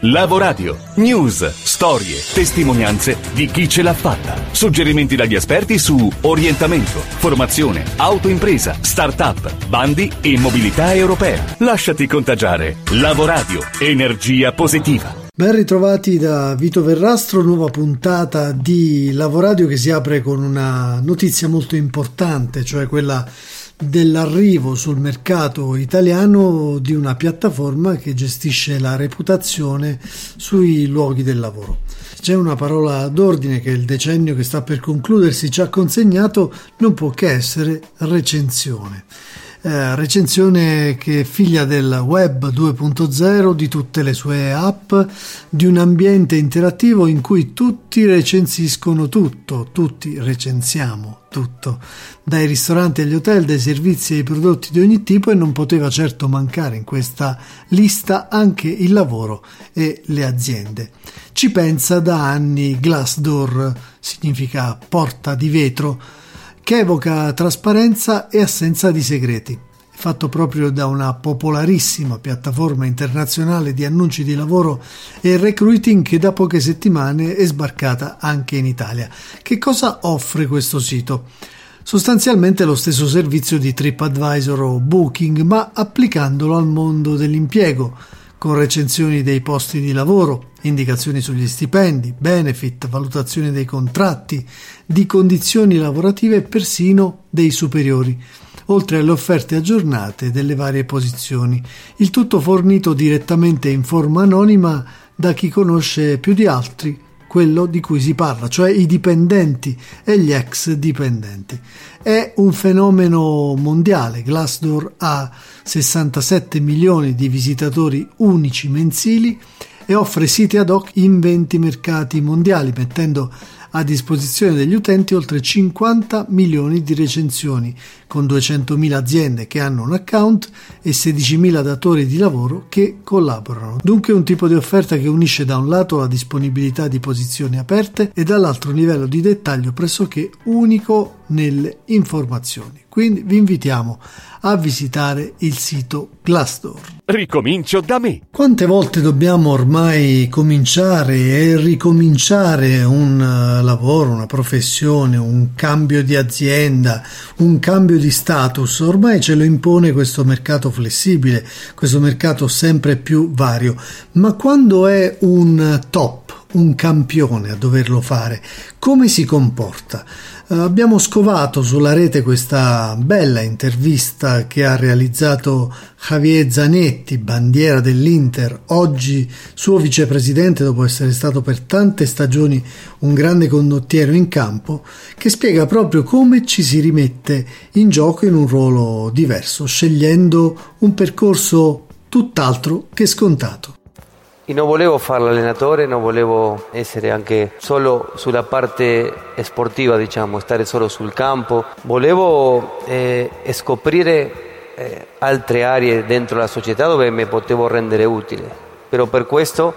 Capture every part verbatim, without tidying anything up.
Lavoradio. News, storie, testimonianze di chi ce l'ha fatta. Suggerimenti dagli esperti su orientamento, formazione, autoimpresa, start-up, bandi e mobilità europea. Lasciati contagiare. Lavoradio. Energia positiva. Ben ritrovati da Vito Verrastro, nuova puntata di Lavoradio che si apre con una notizia molto importante, cioè quella dell'arrivo sul mercato italiano di una piattaforma che gestisce la reputazione sui luoghi del lavoro. C'è una parola d'ordine che il decennio che sta per concludersi ci ha consegnato, non può che essere recensione. Eh, recensione che è figlia del web due punto zero, di tutte le sue app, di un ambiente interattivo in cui tutti recensiscono tutto, tutti recensiamo tutto, dai ristoranti agli hotel, dai servizi ai prodotti di ogni tipo, e non poteva certo mancare in questa lista anche il lavoro e le aziende. Ci pensa da anni Glassdoor, significa porta di vetro, che evoca trasparenza e assenza di segreti. È fatto proprio da una popolarissima piattaforma internazionale di annunci di lavoro e recruiting che da poche settimane è sbarcata anche in Italia. Che cosa offre questo sito? Sostanzialmente lo stesso servizio di TripAdvisor o Booking, ma applicandolo al mondo dell'impiego, con recensioni dei posti di lavoro, indicazioni sugli stipendi, benefit, valutazione dei contratti, di condizioni lavorative e persino dei superiori, oltre alle offerte aggiornate delle varie posizioni. Il tutto fornito direttamente in forma anonima da chi conosce più di altri quello di cui si parla, cioè i dipendenti e gli ex dipendenti. È un fenomeno mondiale. Glassdoor ha sessantasette milioni di visitatori unici mensili e offre siti ad hoc in venti mercati mondiali, mettendo a disposizione degli utenti oltre cinquanta milioni di recensioni, con duecentomila aziende che hanno un account e sedicimila datori di lavoro che collaborano. Dunque un tipo di offerta che unisce da un lato la disponibilità di posizioni aperte e dall'altro un livello di dettaglio pressoché unico nelle informazioni. Quindi vi invitiamo a visitare il sito Glassdoor. Ricomincio da me. Quante volte dobbiamo ormai cominciare e ricominciare un lavoro, una professione, un cambio di azienda, un cambio di status? Ormai ce lo impone questo mercato flessibile, questo mercato sempre più vario. Ma quando è un top, un campione a doverlo fare, come si comporta? Uh, abbiamo scovato sulla rete questa bella intervista che ha realizzato Javier Zanetti, bandiera dell'Inter, oggi suo vicepresidente dopo essere stato per tante stagioni un grande condottiero in campo, che spiega proprio come ci si rimette in gioco in un ruolo diverso, scegliendo un percorso tutt'altro che scontato. E non volevo fare l'allenatore, non volevo essere anche solo sulla parte sportiva, diciamo, stare solo sul campo. Volevo eh, scoprire eh, altre aree dentro la società dove mi potevo rendere utile. Però per questo,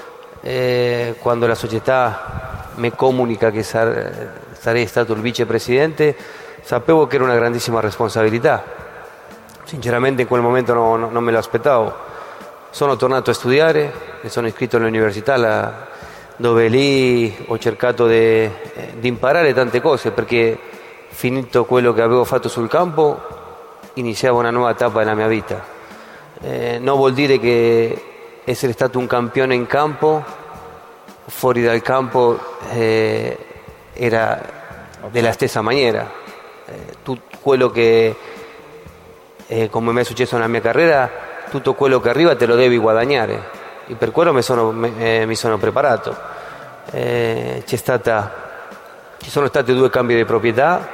eh, quando la società mi comunica che sar- sarei stato il vicepresidente, sapevo che era una grandissima responsabilità. Sinceramente in quel momento no, no, non me lo aspettavo. Sono tornato a studiare, mi sono iscritto all'università la, dove lì ho cercato di imparare tante cose, perché finito quello che avevo fatto sul campo iniziava una nuova tappa della mia vita. Eh, non vuol dire che essere stato un campione in campo, fuori dal campo eh, era della stessa maniera. Eh, tutto quello che, eh, come mi è successo nella mia carriera, tutto quello che arriva te lo devi guadagnare, e per quello mi sono, eh, mi sono preparato. Eh, c'è stata, ci sono stati due cambi di proprietà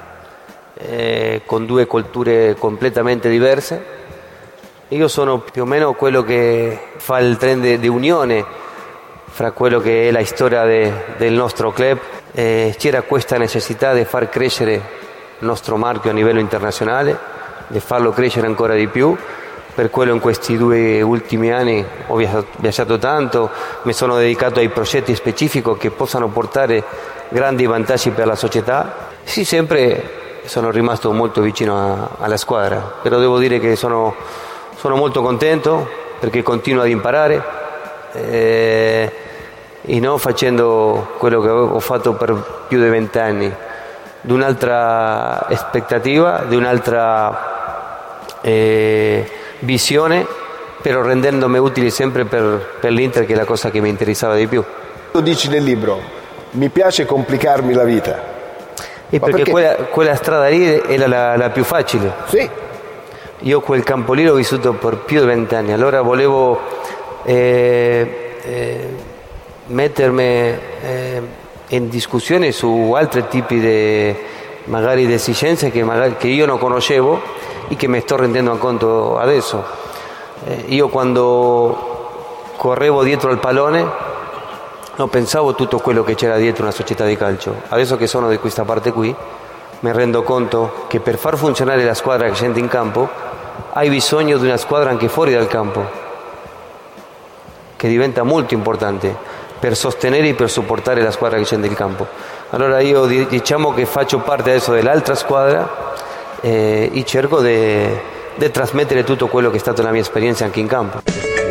eh, con due culture completamente diverse. Io sono più o meno quello che fa il trend di unione fra quello che è la storia de, del nostro club. Eh, c'era questa necessità di far crescere il nostro marchio a livello internazionale, di farlo crescere ancora di più. Per quello in questi due ultimi anni ho viaggiato tanto, mi sono dedicato ai progetti specifici che possano portare grandi vantaggi per la società. Sì, sempre sono rimasto molto vicino a, alla squadra, però devo dire che sono, sono molto contento perché continuo ad imparare, eh, e non facendo quello che avevo fatto per più di vent'anni, di un'altra aspettativa, di un'altra eh, visione, però rendendomi utile sempre per, per l'Inter, che è la cosa che mi interessava di più. Tu dici nel libro, mi piace complicarmi la vita. E perché, perché? Quella, quella strada lì era la, la più facile. Sì. Io quel campo lì l'ho vissuto per più di vent'anni, allora volevo eh, eh, mettermi eh, in discussione su altri tipi di magari di esigenze che, magari, che io non conoscevo e che mi sto rendendo conto adesso. Eh, io quando correvo dietro al pallone non pensavo tutto quello che c'era dietro una società di calcio. Adesso che sono di questa parte qui mi rendo conto che per far funzionare la squadra che scende in campo hai bisogno di una squadra anche fuori dal campo, che diventa molto importante per sostenere e per supportare la squadra che scende in campo. Allora io diciamo che faccio parte adesso dell'altra squadra eh, e cerco di trasmettere tutto quello che è stata la mia esperienza anche in campo.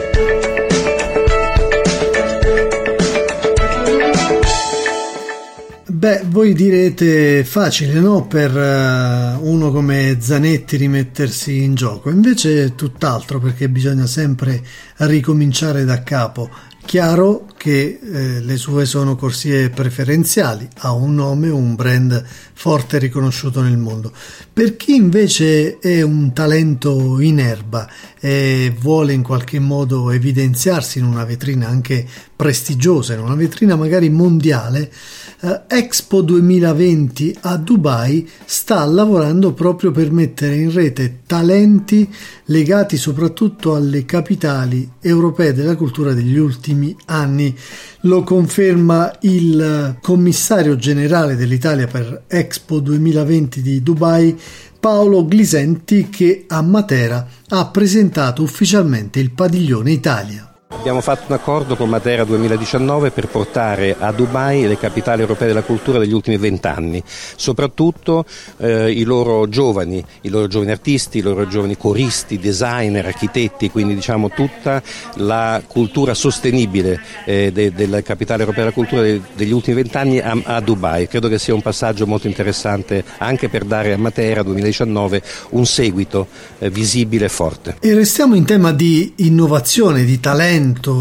Beh, voi direte facile, no? Per uh, uno come Zanetti rimettersi in gioco, invece è tutt'altro, perché bisogna sempre ricominciare da capo. Chiaro che eh, le sue sono corsie preferenziali, ha un nome, un brand forte e riconosciuto nel mondo. Per chi invece è un talento in erba e vuole in qualche modo evidenziarsi in una vetrina anche prestigiosa, in una vetrina magari mondiale, eh, Expo duemilaventi a Dubai sta lavorando proprio per mettere in rete talenti legati soprattutto alle capitali europee della cultura degli ultimi anni. Lo conferma il commissario generale dell'Italia per Expo duemilaventi di Dubai, Paolo Glisenti, che a Matera ha presentato ufficialmente il padiglione Italia. Abbiamo fatto un accordo con Matera duemiladiciannove per portare a Dubai le capitali europee della cultura degli ultimi vent'anni, soprattutto eh, i loro giovani, i loro giovani artisti, i loro giovani coristi, designer, architetti, quindi diciamo tutta la cultura sostenibile eh, de, della capitale europea della cultura de, degli ultimi vent'anni a, a Dubai. Credo che sia un passaggio molto interessante anche per dare a Matera duemiladiciannove un seguito eh, visibile e forte. E restiamo in tema di innovazione, di talento,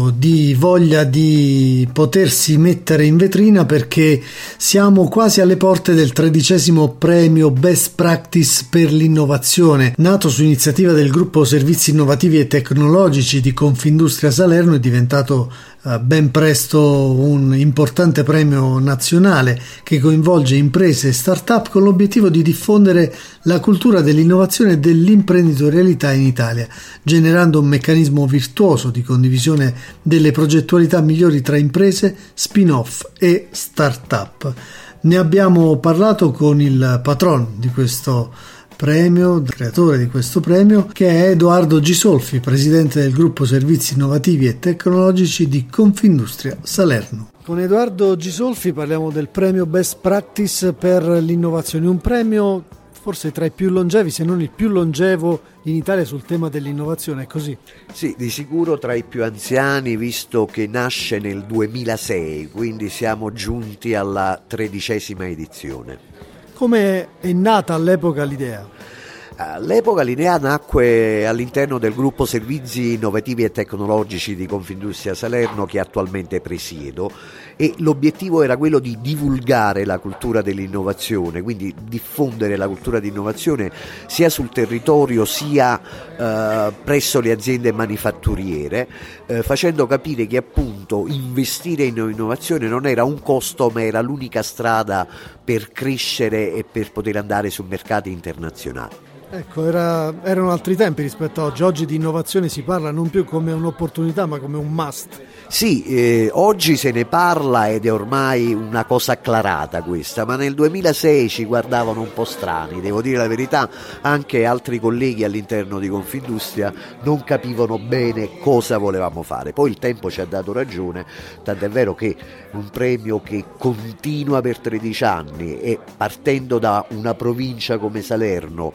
di voglia di potersi mettere in vetrina, perché siamo quasi alle porte del tredicesimo premio Best Practice per l'innovazione. Nato su iniziativa del gruppo Servizi Innovativi e Tecnologici di Confindustria Salerno, è diventato eh, ben presto un importante premio nazionale che coinvolge imprese e start-up con l'obiettivo di diffondere la cultura dell'innovazione e dell'imprenditorialità in Italia, generando un meccanismo virtuoso di condivisione delle progettualità migliori tra imprese, spin-off e start-up. Ne abbiamo parlato con il patron di questo premio, il creatore di questo premio, che è Edoardo Gisolfi, presidente del gruppo Servizi Innovativi e Tecnologici di Confindustria Salerno. Con Edoardo Gisolfi parliamo del premio Best Practice per l'innovazione, un premio forse tra i più longevi, se non il più longevo in Italia sul tema dell'innovazione, è così? Sì, di sicuro tra i più anziani, visto che nasce nel duemilasei, quindi siamo giunti alla tredicesima edizione. Come è nata all'epoca l'idea? All'epoca l'idea nacque all'interno del gruppo Servizi Innovativi e Tecnologici di Confindustria Salerno, che attualmente presiedo, e l'obiettivo era quello di divulgare la cultura dell'innovazione, quindi diffondere la cultura di innovazione sia sul territorio sia eh, presso le aziende manifatturiere, eh, facendo capire che appunto investire in innovazione non era un costo, ma era l'unica strada per crescere e per poter andare su mercati internazionali. Ecco, era, erano altri tempi rispetto a oggi. Oggi di innovazione si parla non più come un'opportunità, ma come un must. Sì, eh, oggi se ne parla ed è ormai una cosa acclarata questa, ma nel duemilasei ci guardavano un po' strani, devo dire la verità. Anche altri colleghi all'interno di Confindustria non capivano bene cosa volevamo fare. Poi il tempo ci ha dato ragione, tant'è vero che un premio che continua per tredici anni e partendo da una provincia come Salerno, di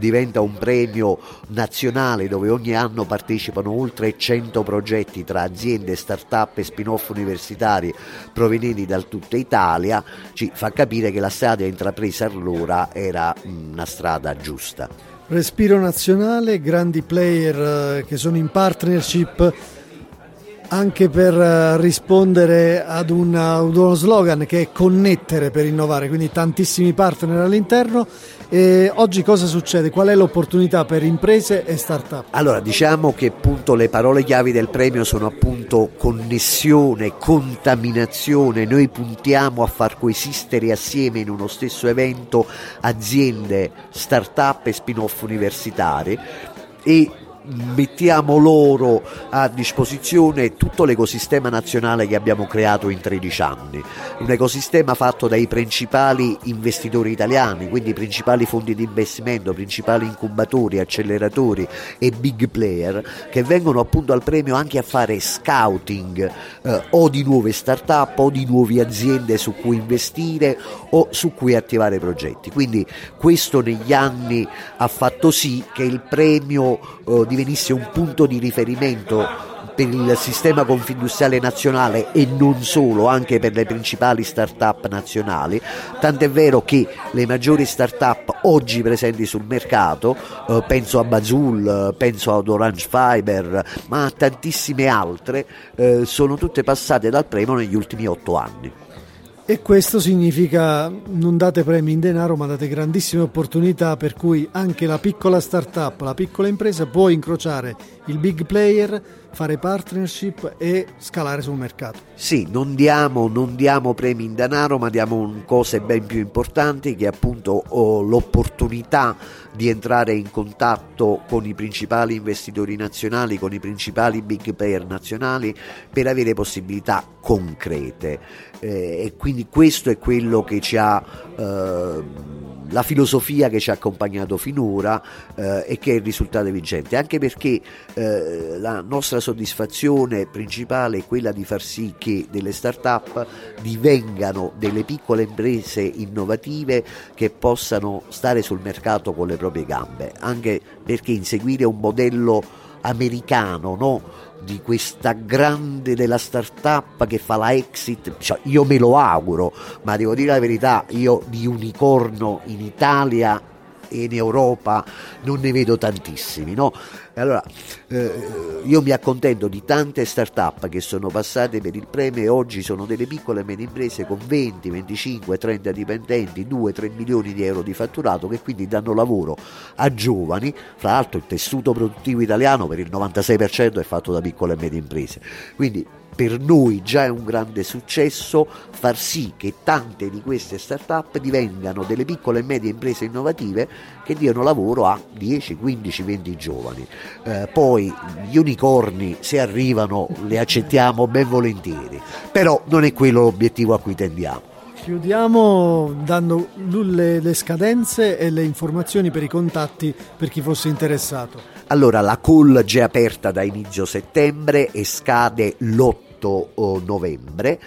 diventa un premio nazionale dove ogni anno partecipano oltre cento progetti tra aziende, start-up e spin-off universitari provenienti da tutta Italia, ci fa capire che la strada intrapresa allora era una strada giusta. Respiro nazionale, grandi player che sono in partnership anche per rispondere ad, una, ad uno slogan che è connettere per innovare, quindi tantissimi partner all'interno. E oggi cosa succede? Qual è l'opportunità per imprese e start-up? Allora, diciamo che appunto le parole chiavi del premio sono appunto connessione, contaminazione. Noi puntiamo a far coesistere assieme in uno stesso evento aziende, start-up e spin-off universitari e mettiamo loro a disposizione tutto l'ecosistema nazionale che abbiamo creato in tredici anni, un ecosistema fatto dai principali investitori italiani, quindi i principali fondi di investimento, principali incubatori, acceleratori e big player che vengono appunto al premio anche a fare scouting eh, o di nuove start-up o di nuove aziende su cui investire o su cui attivare progetti. Quindi questo negli anni ha fatto sì che il premio eh, divenisse un punto di riferimento per il sistema confindustriale nazionale e non solo, anche per le principali start-up nazionali, tant'è vero che le maggiori start-up oggi presenti sul mercato, eh, penso a Bazul, penso ad Orange Fiber, ma a tantissime altre, eh, sono tutte passate dal premio negli ultimi otto anni. E questo significa non date premi in denaro, ma date grandissime opportunità per cui anche la piccola startup, la piccola impresa può incrociare il big player, fare partnership e scalare sul mercato. Sì, non diamo, non diamo premi in denaro, ma diamo cose ben più importanti, che è appunto oh, l'opportunità di entrare in contatto con i principali investitori nazionali, con i principali big player nazionali per avere possibilità concrete. Eh, e quindi questo è quello che ci ha eh, la filosofia che ci ha accompagnato finora eh, e che è il risultato vincente, anche perché eh, la nostra soddisfazione principale è quella di far sì che delle start-up divengano delle piccole imprese innovative che possano stare sul mercato con le proprie gambe, anche perché inseguire un modello americano, no? Di questa grande della startup che fa la exit, cioè io me lo auguro, ma devo dire la verità, io di unicorno in Italia e in Europa non ne vedo tantissimi, no? Allora eh, io mi accontento di tante start-up che sono passate per il premio e oggi sono delle piccole e medie imprese con venti, venticinque, trenta dipendenti, due tre milioni di euro di fatturato, che quindi danno lavoro a giovani. Fra l'altro il tessuto produttivo italiano per il novantasei per cento è fatto da piccole e medie imprese, quindi per noi già è un grande successo far sì che tante di queste start-up divengano delle piccole e medie imprese innovative che diano lavoro a dieci, quindici, venti giovani. Eh, poi gli unicorni, se arrivano, li accettiamo ben volentieri, però non è quello l'obiettivo a cui tendiamo. Chiudiamo dando le, le scadenze e le informazioni per i contatti per chi fosse interessato. Allora, la call già è aperta da inizio settembre e scade l'otto novembre,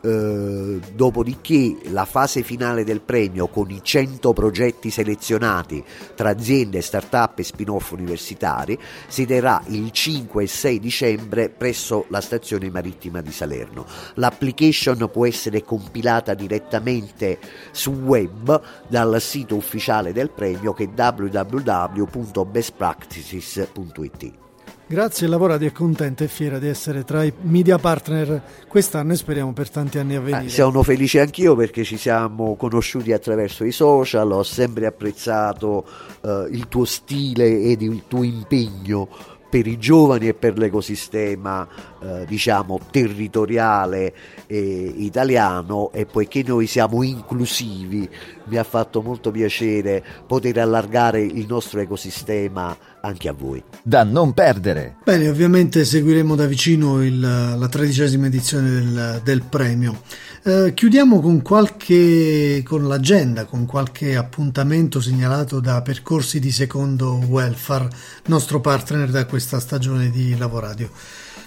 eh, dopodiché la fase finale del premio con i cento progetti selezionati tra aziende, start-up e spin-off universitari si terrà il cinque e sei dicembre presso la stazione marittima di Salerno. L'application può essere compilata direttamente su web dal sito ufficiale del premio, che è w w w punto best practices punto i t. Grazie, Lavoradio è contenta e fiera di essere tra i media partner quest'anno e speriamo per tanti anni a venire. Eh, sono felice anch'io perché ci siamo conosciuti attraverso i social, ho sempre apprezzato eh, il tuo stile ed il tuo impegno per i giovani e per l'ecosistema eh, diciamo territoriale eh, italiano, e poiché noi siamo inclusivi mi ha fatto molto piacere poter allargare il nostro ecosistema anche a voi. Da non perdere. Bene, ovviamente seguiremo da vicino il, la tredicesima edizione del, del premio. Eh, chiudiamo con qualche con l'agenda, con qualche appuntamento segnalato da Percorsi di Secondo Welfare, nostro partner da questa stagione di Lavoradio.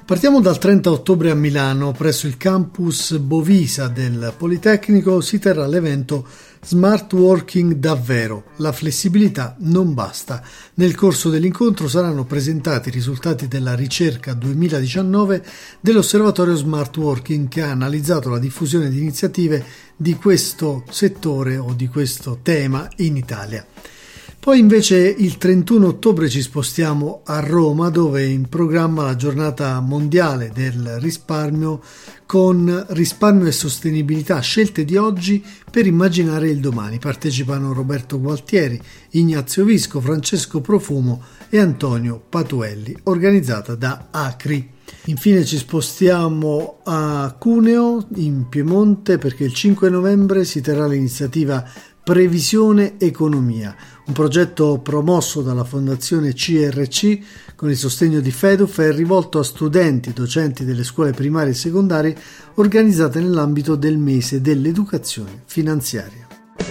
Partiamo dal trenta ottobre a Milano, presso il campus Bovisa del Politecnico si terrà l'evento Smart Working davvero, la flessibilità non basta. Nel corso dell'incontro saranno presentati i risultati della ricerca duemiladiciannove dell'Osservatorio Smart Working, che ha analizzato la diffusione di iniziative di questo settore o di questo tema in Italia. Poi invece il trentuno ottobre ci spostiamo a Roma, dove è in programma la giornata mondiale del risparmio con risparmio e sostenibilità, scelte di oggi per immaginare il domani. Partecipano Roberto Gualtieri, Ignazio Visco, Francesco Profumo e Antonio Patuelli, organizzata da Acri. Infine ci spostiamo a Cuneo, in Piemonte, perché il cinque novembre si terrà l'iniziativa Previsione Economia, un progetto promosso dalla Fondazione C R C con il sostegno di Feduf e rivolto a studenti e docenti delle scuole primarie e secondarie, organizzate nell'ambito del mese dell'educazione finanziaria.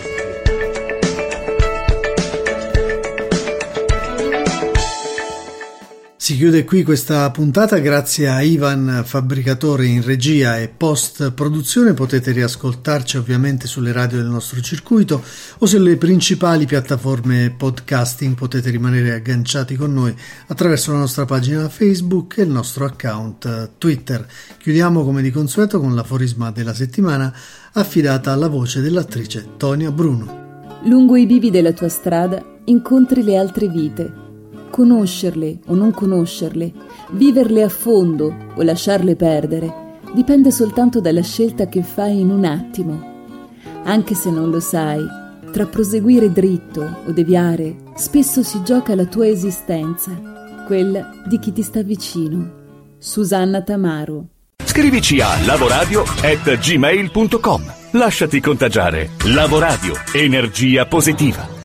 Si chiude qui questa puntata, grazie a Ivan Fabbricatore in regia e post produzione. Potete riascoltarci ovviamente sulle radio del nostro circuito o sulle principali piattaforme podcasting. Potete rimanere agganciati con noi attraverso la nostra pagina Facebook e il nostro account Twitter. Chiudiamo come di consueto con l'aforisma della settimana, affidata alla voce dell'attrice Tonia Bruno. Lungo i bivi della tua strada incontri le altre vite. Conoscerle o non conoscerle, viverle a fondo o lasciarle perdere, dipende soltanto dalla scelta che fai in un attimo. Anche se non lo sai, tra proseguire dritto o deviare, spesso si gioca la tua esistenza, quella di chi ti sta vicino. Susanna Tamaro. Scrivici a lavoradio at gmail punto com. Lasciati contagiare. Lavoradio. Energia positiva.